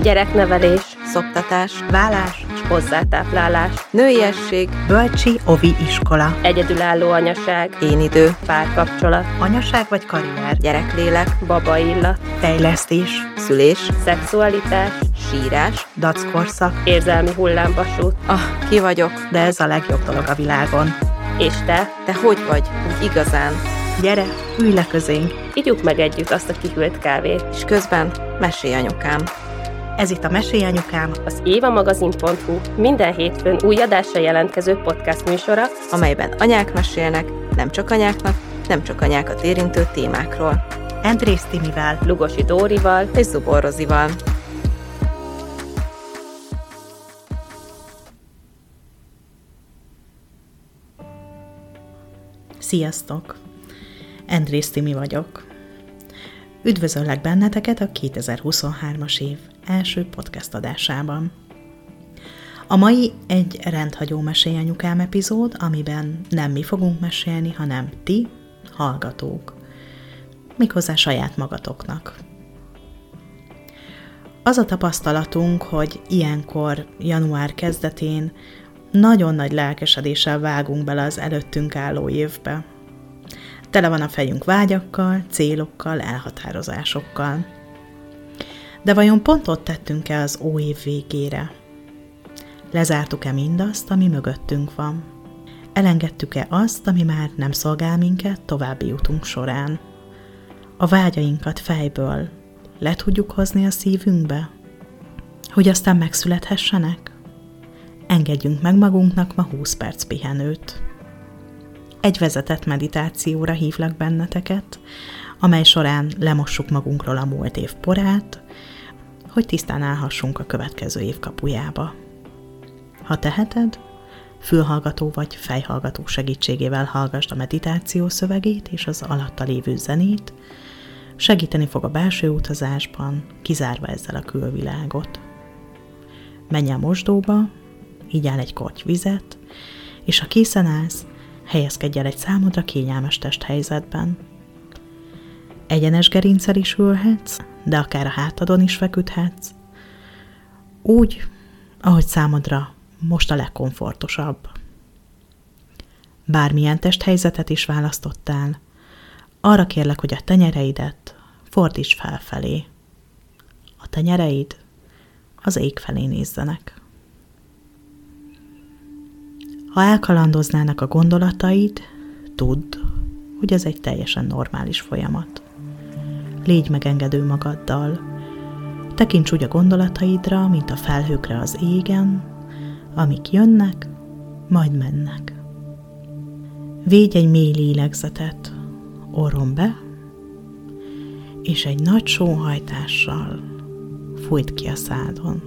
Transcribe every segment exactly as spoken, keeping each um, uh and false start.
Gyereknevelés, szoptatás, vállás, hozzátáplálás, nőiesség, bölcsi ovi iskola, egyedülálló anyaság, én idő, párkapcsolat, anyaság vagy karrier, gyereklélek, baba illat, fejlesztés, szülés, szexualitás, sírás, dackorszak. érzelmi hullámvasút. Ah, ki vagyok? De ez a legjobb dolog a világon. És te? Te hogy vagy? Úgy igazán? Gyere, ülj le közénk. Igyuk meg együtt azt a kihűlt kávét. És közben mesélj anyukám. Ez itt a Mesélj Anyukám, Az évamagazin pont hu minden hétfőn új adásra jelentkező podcast műsora, amelyben anyák mesélnek, nem csak anyáknak, nem csak anyákat érintő témákról. Andrész Timivel, Lugosi Dórival és Zubor Rozival. Sziasztok! Andrész Timi vagyok. Üdvözöllek benneteket a kétezer-huszonhármas év első podcast adásában. A mai egy rendhagyó Mesélj Anyukám epizód, amiben nem mi fogunk mesélni, hanem ti, hallgatók. Méghozzá saját magatoknak. Az a tapasztalatunk, hogy ilyenkor, január kezdetén nagyon nagy lelkesedéssel vágunk bele az előttünk álló évbe. Tele van a fejünk vágyakkal, célokkal, elhatározásokkal. De vajon pont ott tettünk-e az óév végére? Lezártuk-e mindazt, ami mögöttünk van? Elengedtük-e azt, ami már nem szolgál minket további utunk során? A vágyainkat fejből le tudjuk hozni a szívünkbe? Hogy aztán megszülethessenek? Engedjünk meg magunknak ma húsz perc pihenőt. Egy vezetett meditációra hívlak benneteket, amely során lemossuk magunkról a múlt év porát, hogy tisztán állhassunk a következő év kapujába. Ha teheted, fülhallgató vagy fejhallgató segítségével hallgasd a meditáció szövegét és az alatta lévő zenét, segíteni fog a belső utazásban, kizárva ezzel a külvilágot. Menj el mosdóba, igyál egy korty vizet, és ha készen állsz, helyezkedj el egy számodra kényelmes testhelyzetben. Egyenes gerinccel is ülhetsz, de akár a hátadon is feküdhetsz. Úgy, ahogy számodra most a legkomfortosabb. Bármilyen testhelyzetet is választottál, arra kérlek, hogy a tenyereidet fordítsd felfelé. A tenyereid az ég felé nézzenek. Ha elkalandoznának a gondolataid, tudd, hogy ez egy teljesen normális folyamat. Légy megengedő magaddal. Tekints úgy a gondolataidra, mint a felhőkre az égen, amik jönnek, majd mennek. Védj egy mély lélegzetet, orron be, és egy nagy sóhajtással fújt ki a szádon.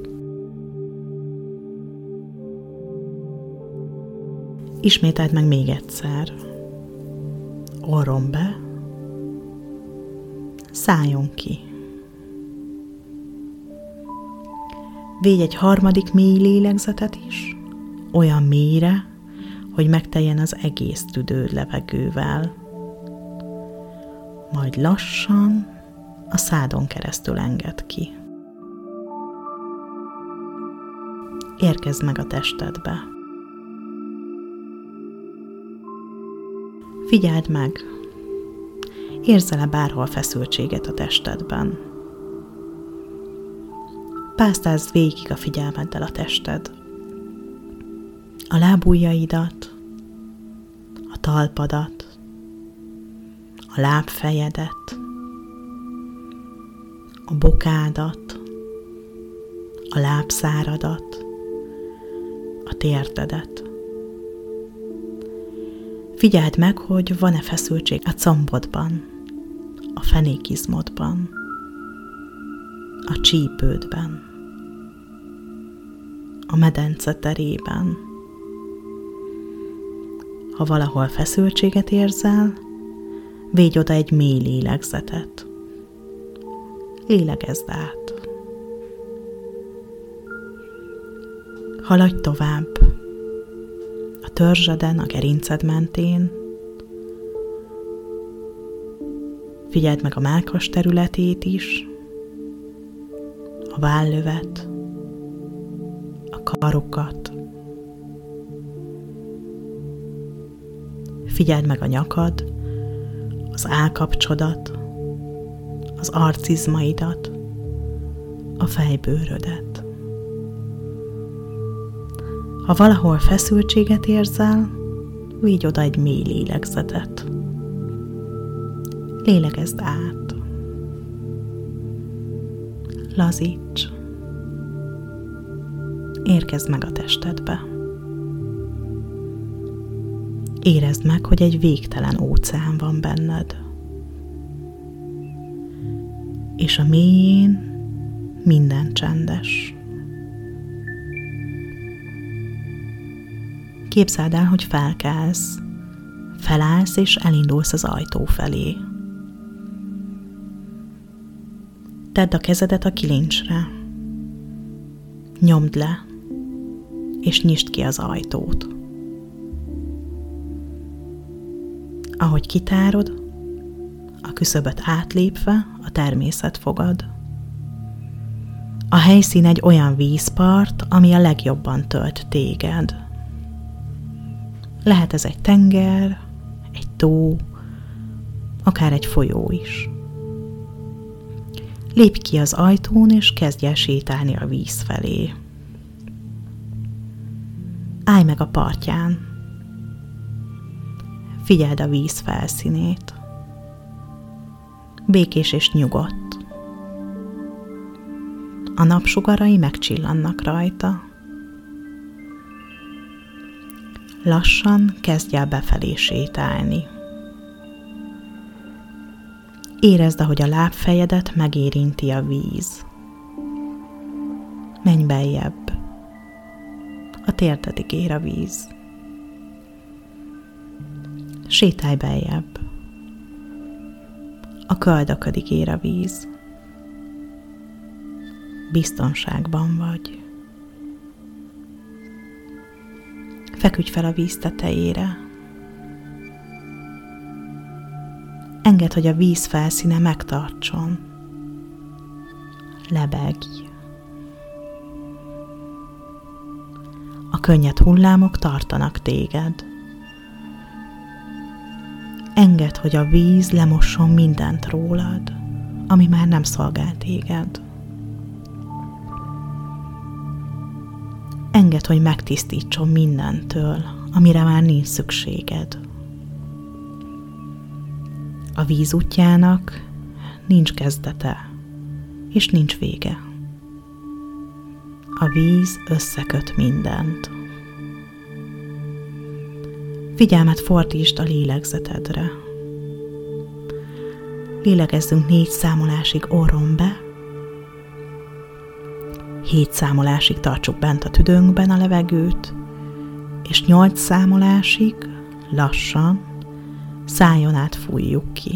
Ismételd meg még egyszer. Orron be, szálljon ki. Védj egy harmadik mély lélegzetet is, olyan mélyre, hogy megteljen az egész tüdőd levegővel. Majd lassan a szádon keresztül engedd ki. Érkezd meg a testedbe. Figyeld meg, érzel-e bárhol feszültséget a testedben? Pásztázd végig a figyelmeddel a tested. A lábujjaidat, a talpadat, a lábfejedet, a bokádat, a lábszáradat, a térdedet. Figyeld meg, hogy van-e feszültség a combodban, a fenékizmodban, a csípődben, a medence terében. Ha valahol feszültséget érzel, védj oda egy mély lélegzetet. Lélegezd át. Haladj tovább. A törzseden, a gerinced mentén. Figyeld meg a mellkas területét is, a vállövet, a karokat. Figyeld meg a nyakad, az állkapcsodat, az arcizmaidat, a fejbőrödet. Ha valahol feszültséget érzel, vigy oda egy mély lélegzetet. Lélegezd át. Lazíts. Érkezd meg a testedbe. Érezd meg, hogy egy végtelen óceán van benned. És a mélyén minden csendes. Képzeld el, hogy felkelsz, felállsz és elindulsz az ajtó felé. Tedd a kezedet a kilincsre, nyomd le, és nyisd ki az ajtót. Ahogy kitárod, a küszöböt átlépve a természet fogad. A helyszín egy olyan vízpart, ami a legjobban tölt téged. Lehet ez egy tenger, egy tó, akár egy folyó is. Lépj ki az ajtón, és kezdj el sétálni a víz felé. Állj meg a partján. Figyeld a víz felszínét. Békés és nyugodt. A napsugarai megcsillannak rajta. Lassan kezdj el befelé sétálni. Érezd, ahogy a lábfejedet megérinti a víz. Menj beljebb. A térdedig ér a víz. Sétálj beljebb. A köldöködig ér a víz. Biztonságban vagy. Feküdj fel a víz tetejére. Engedd, hogy a víz felszíne megtartson. Lebegj. A könnyed hullámok tartanak téged. Engedd, hogy a víz lemosson mindent rólad, ami már nem szolgál téged. Engedd, hogy megtisztítson mindentől, amire már nincs szükséged. A víz útjának nincs kezdete, és nincs vége. A víz összeköt mindent. Figyelmet fordítsd a lélegzetedre. Lélegezzünk négy számolásig orron be, hét számolásig tartsuk bent a tüdőnkben a levegőt, és nyolc számolásig lassan szájon át fújjuk ki.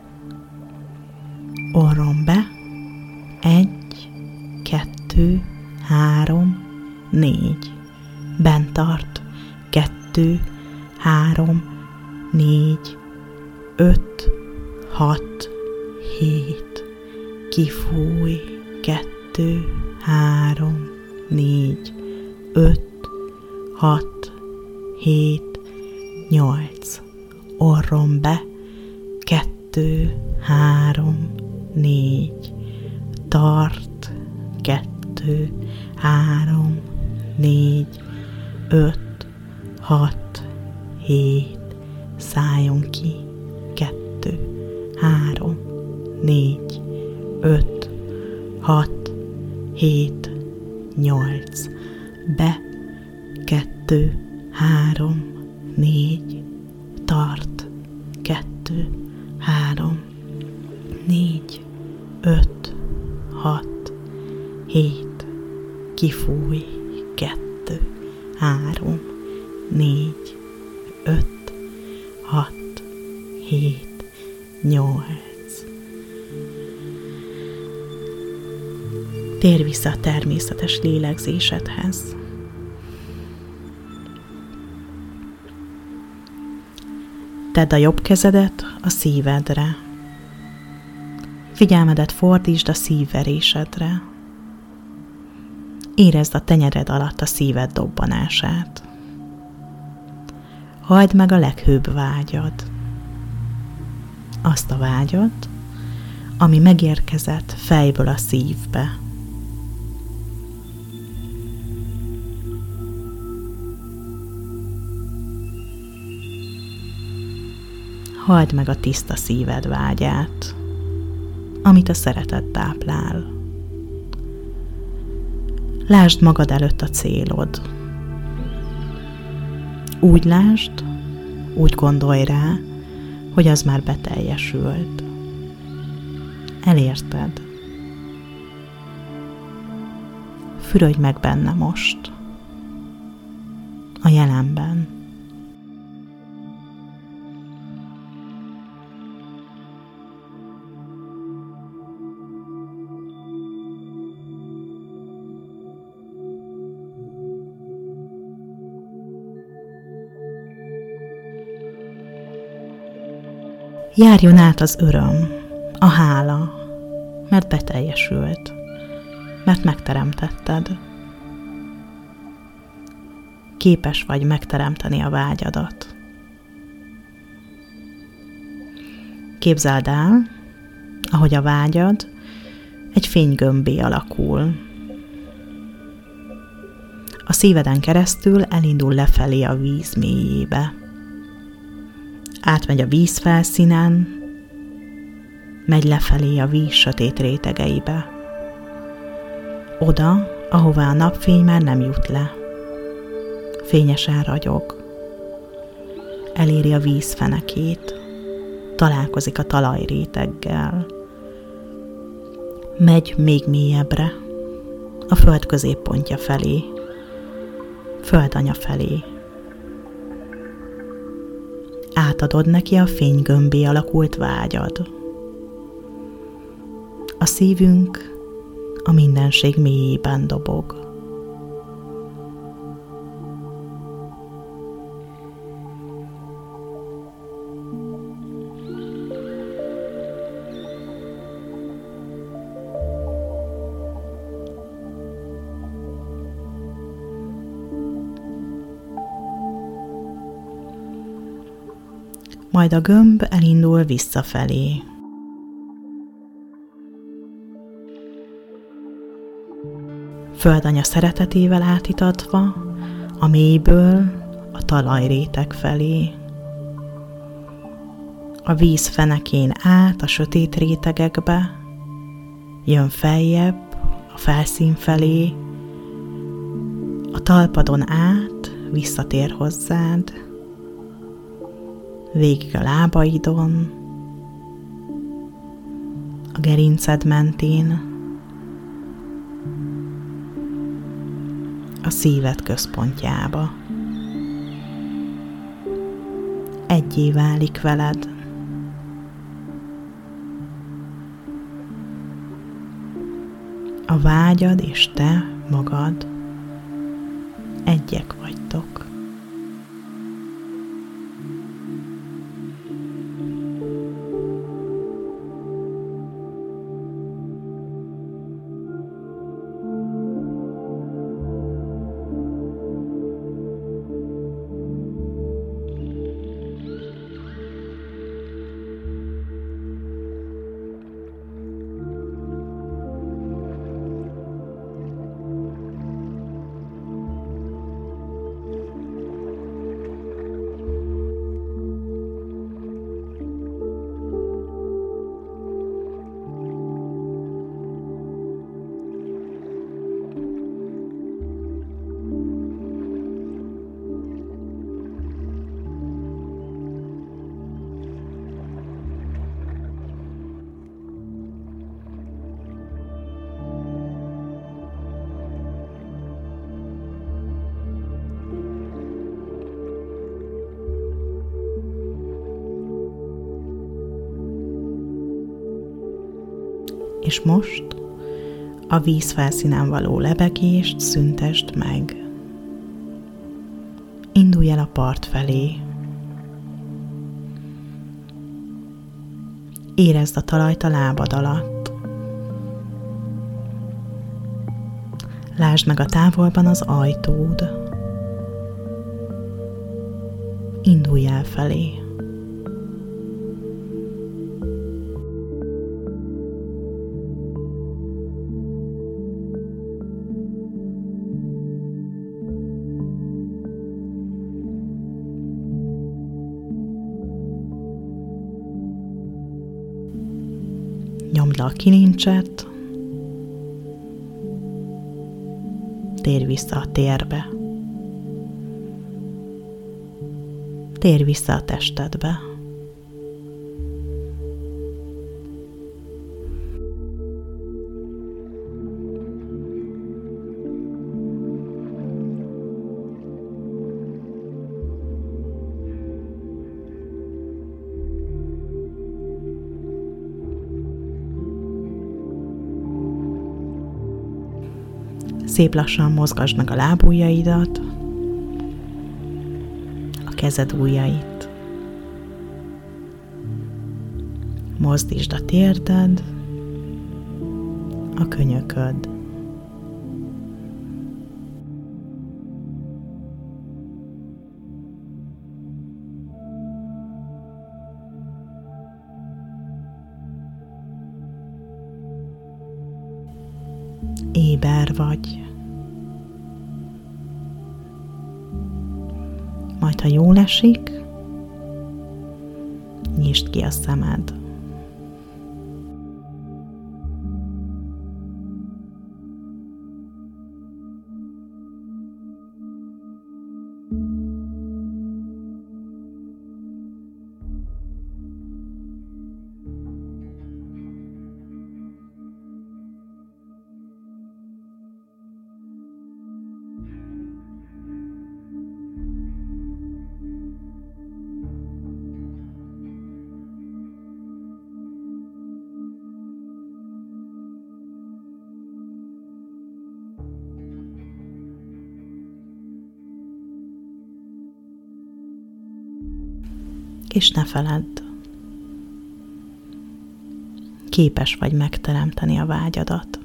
Orron be, egy, kettő, három, négy. Bent tart, kettő, három, négy, öt, hat, hét. Kifúj, kettő, három, négy, öt, hat, hét, nyolc. Orron be, kettő, három, négy. Tart, kettő, három, négy, öt, hat, hét. Szálljon ki, kettő, három, négy, öt, hat, hét, nyolc. Be, kettő, három, négy. Tart, kettő, három, négy, öt, hat, hét. Kifúj, kettő, három, négy, öt, hat, hét, nyolc. Térj vissza a természetes lélegzésedhez. Tedd a jobb kezedet a szívedre. Figyelmedet fordítsd a szívverésedre. Érezd a tenyered alatt a szíved dobbanását. Halld meg a leghőbb vágyad. Azt a vágyat, ami megérkezett fejből a szívbe. Halld meg a tiszta szíved vágyát, amit a szeretet táplál. Lásd magad előtt a célod. Úgy lásd, úgy gondolj rá, hogy az már beteljesült. Elérted. Fürödj meg benne most, a jelenben. Járjon át az öröm, a hála, mert beteljesült, mert megteremtetted. Képes vagy megteremteni a vágyadat. Képzeld el, ahogy a vágyad egy fénygömbbé alakul. A szíveden keresztül elindul lefelé a víz mélyébe. Átmegy a víz felszínen, megy lefelé a víz sötét rétegeibe. Oda, ahová a napfény már nem jut le. Fényesen ragyog. Eléri a víz fenekét, találkozik a talajréteggel. Megy még mélyebbre, a föld középpontja felé, földanya felé. Átadod neki a fénygömbbé alakult vágyad. A szívünk a mindenség mélyében dobog. Majd a gömb elindul visszafelé. Földanya szeretetével átítatva a mélyből a talajréteg felé. A víz fenekén át a sötét rétegekbe, jön feljebb a felszín felé, a talpadon át visszatér hozzád, végig a lábaidon, a gerinced mentén, a szíved központjába. Egyé válik veled. A vágyad és te magad egyek vagytok. És most a víz felszínen való lebegést szüntesd meg. Indulj el a part felé. Érezd a talajt a lábad alatt. Lásd meg a távolban az ajtód. Indulj el felé. Nyomd le a kilincset, térj vissza a térbe, térj vissza a testedbe. Szép lassan mozgasd meg a lábujjaidat, a kezed ujjait. Mozdítsd a térded, a könyököd. Éber vagy. Majd, ha jól esik, nyisd ki a szemed. És ne feledd, képes vagy megteremteni a vágyadat.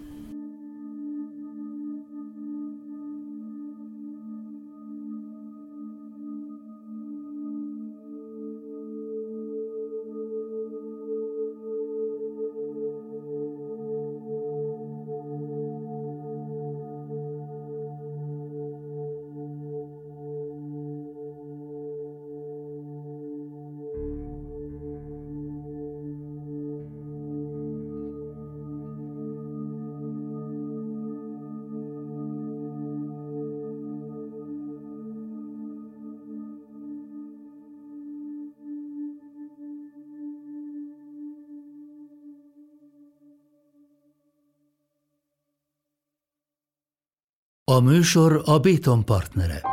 A műsor a Béton partnere.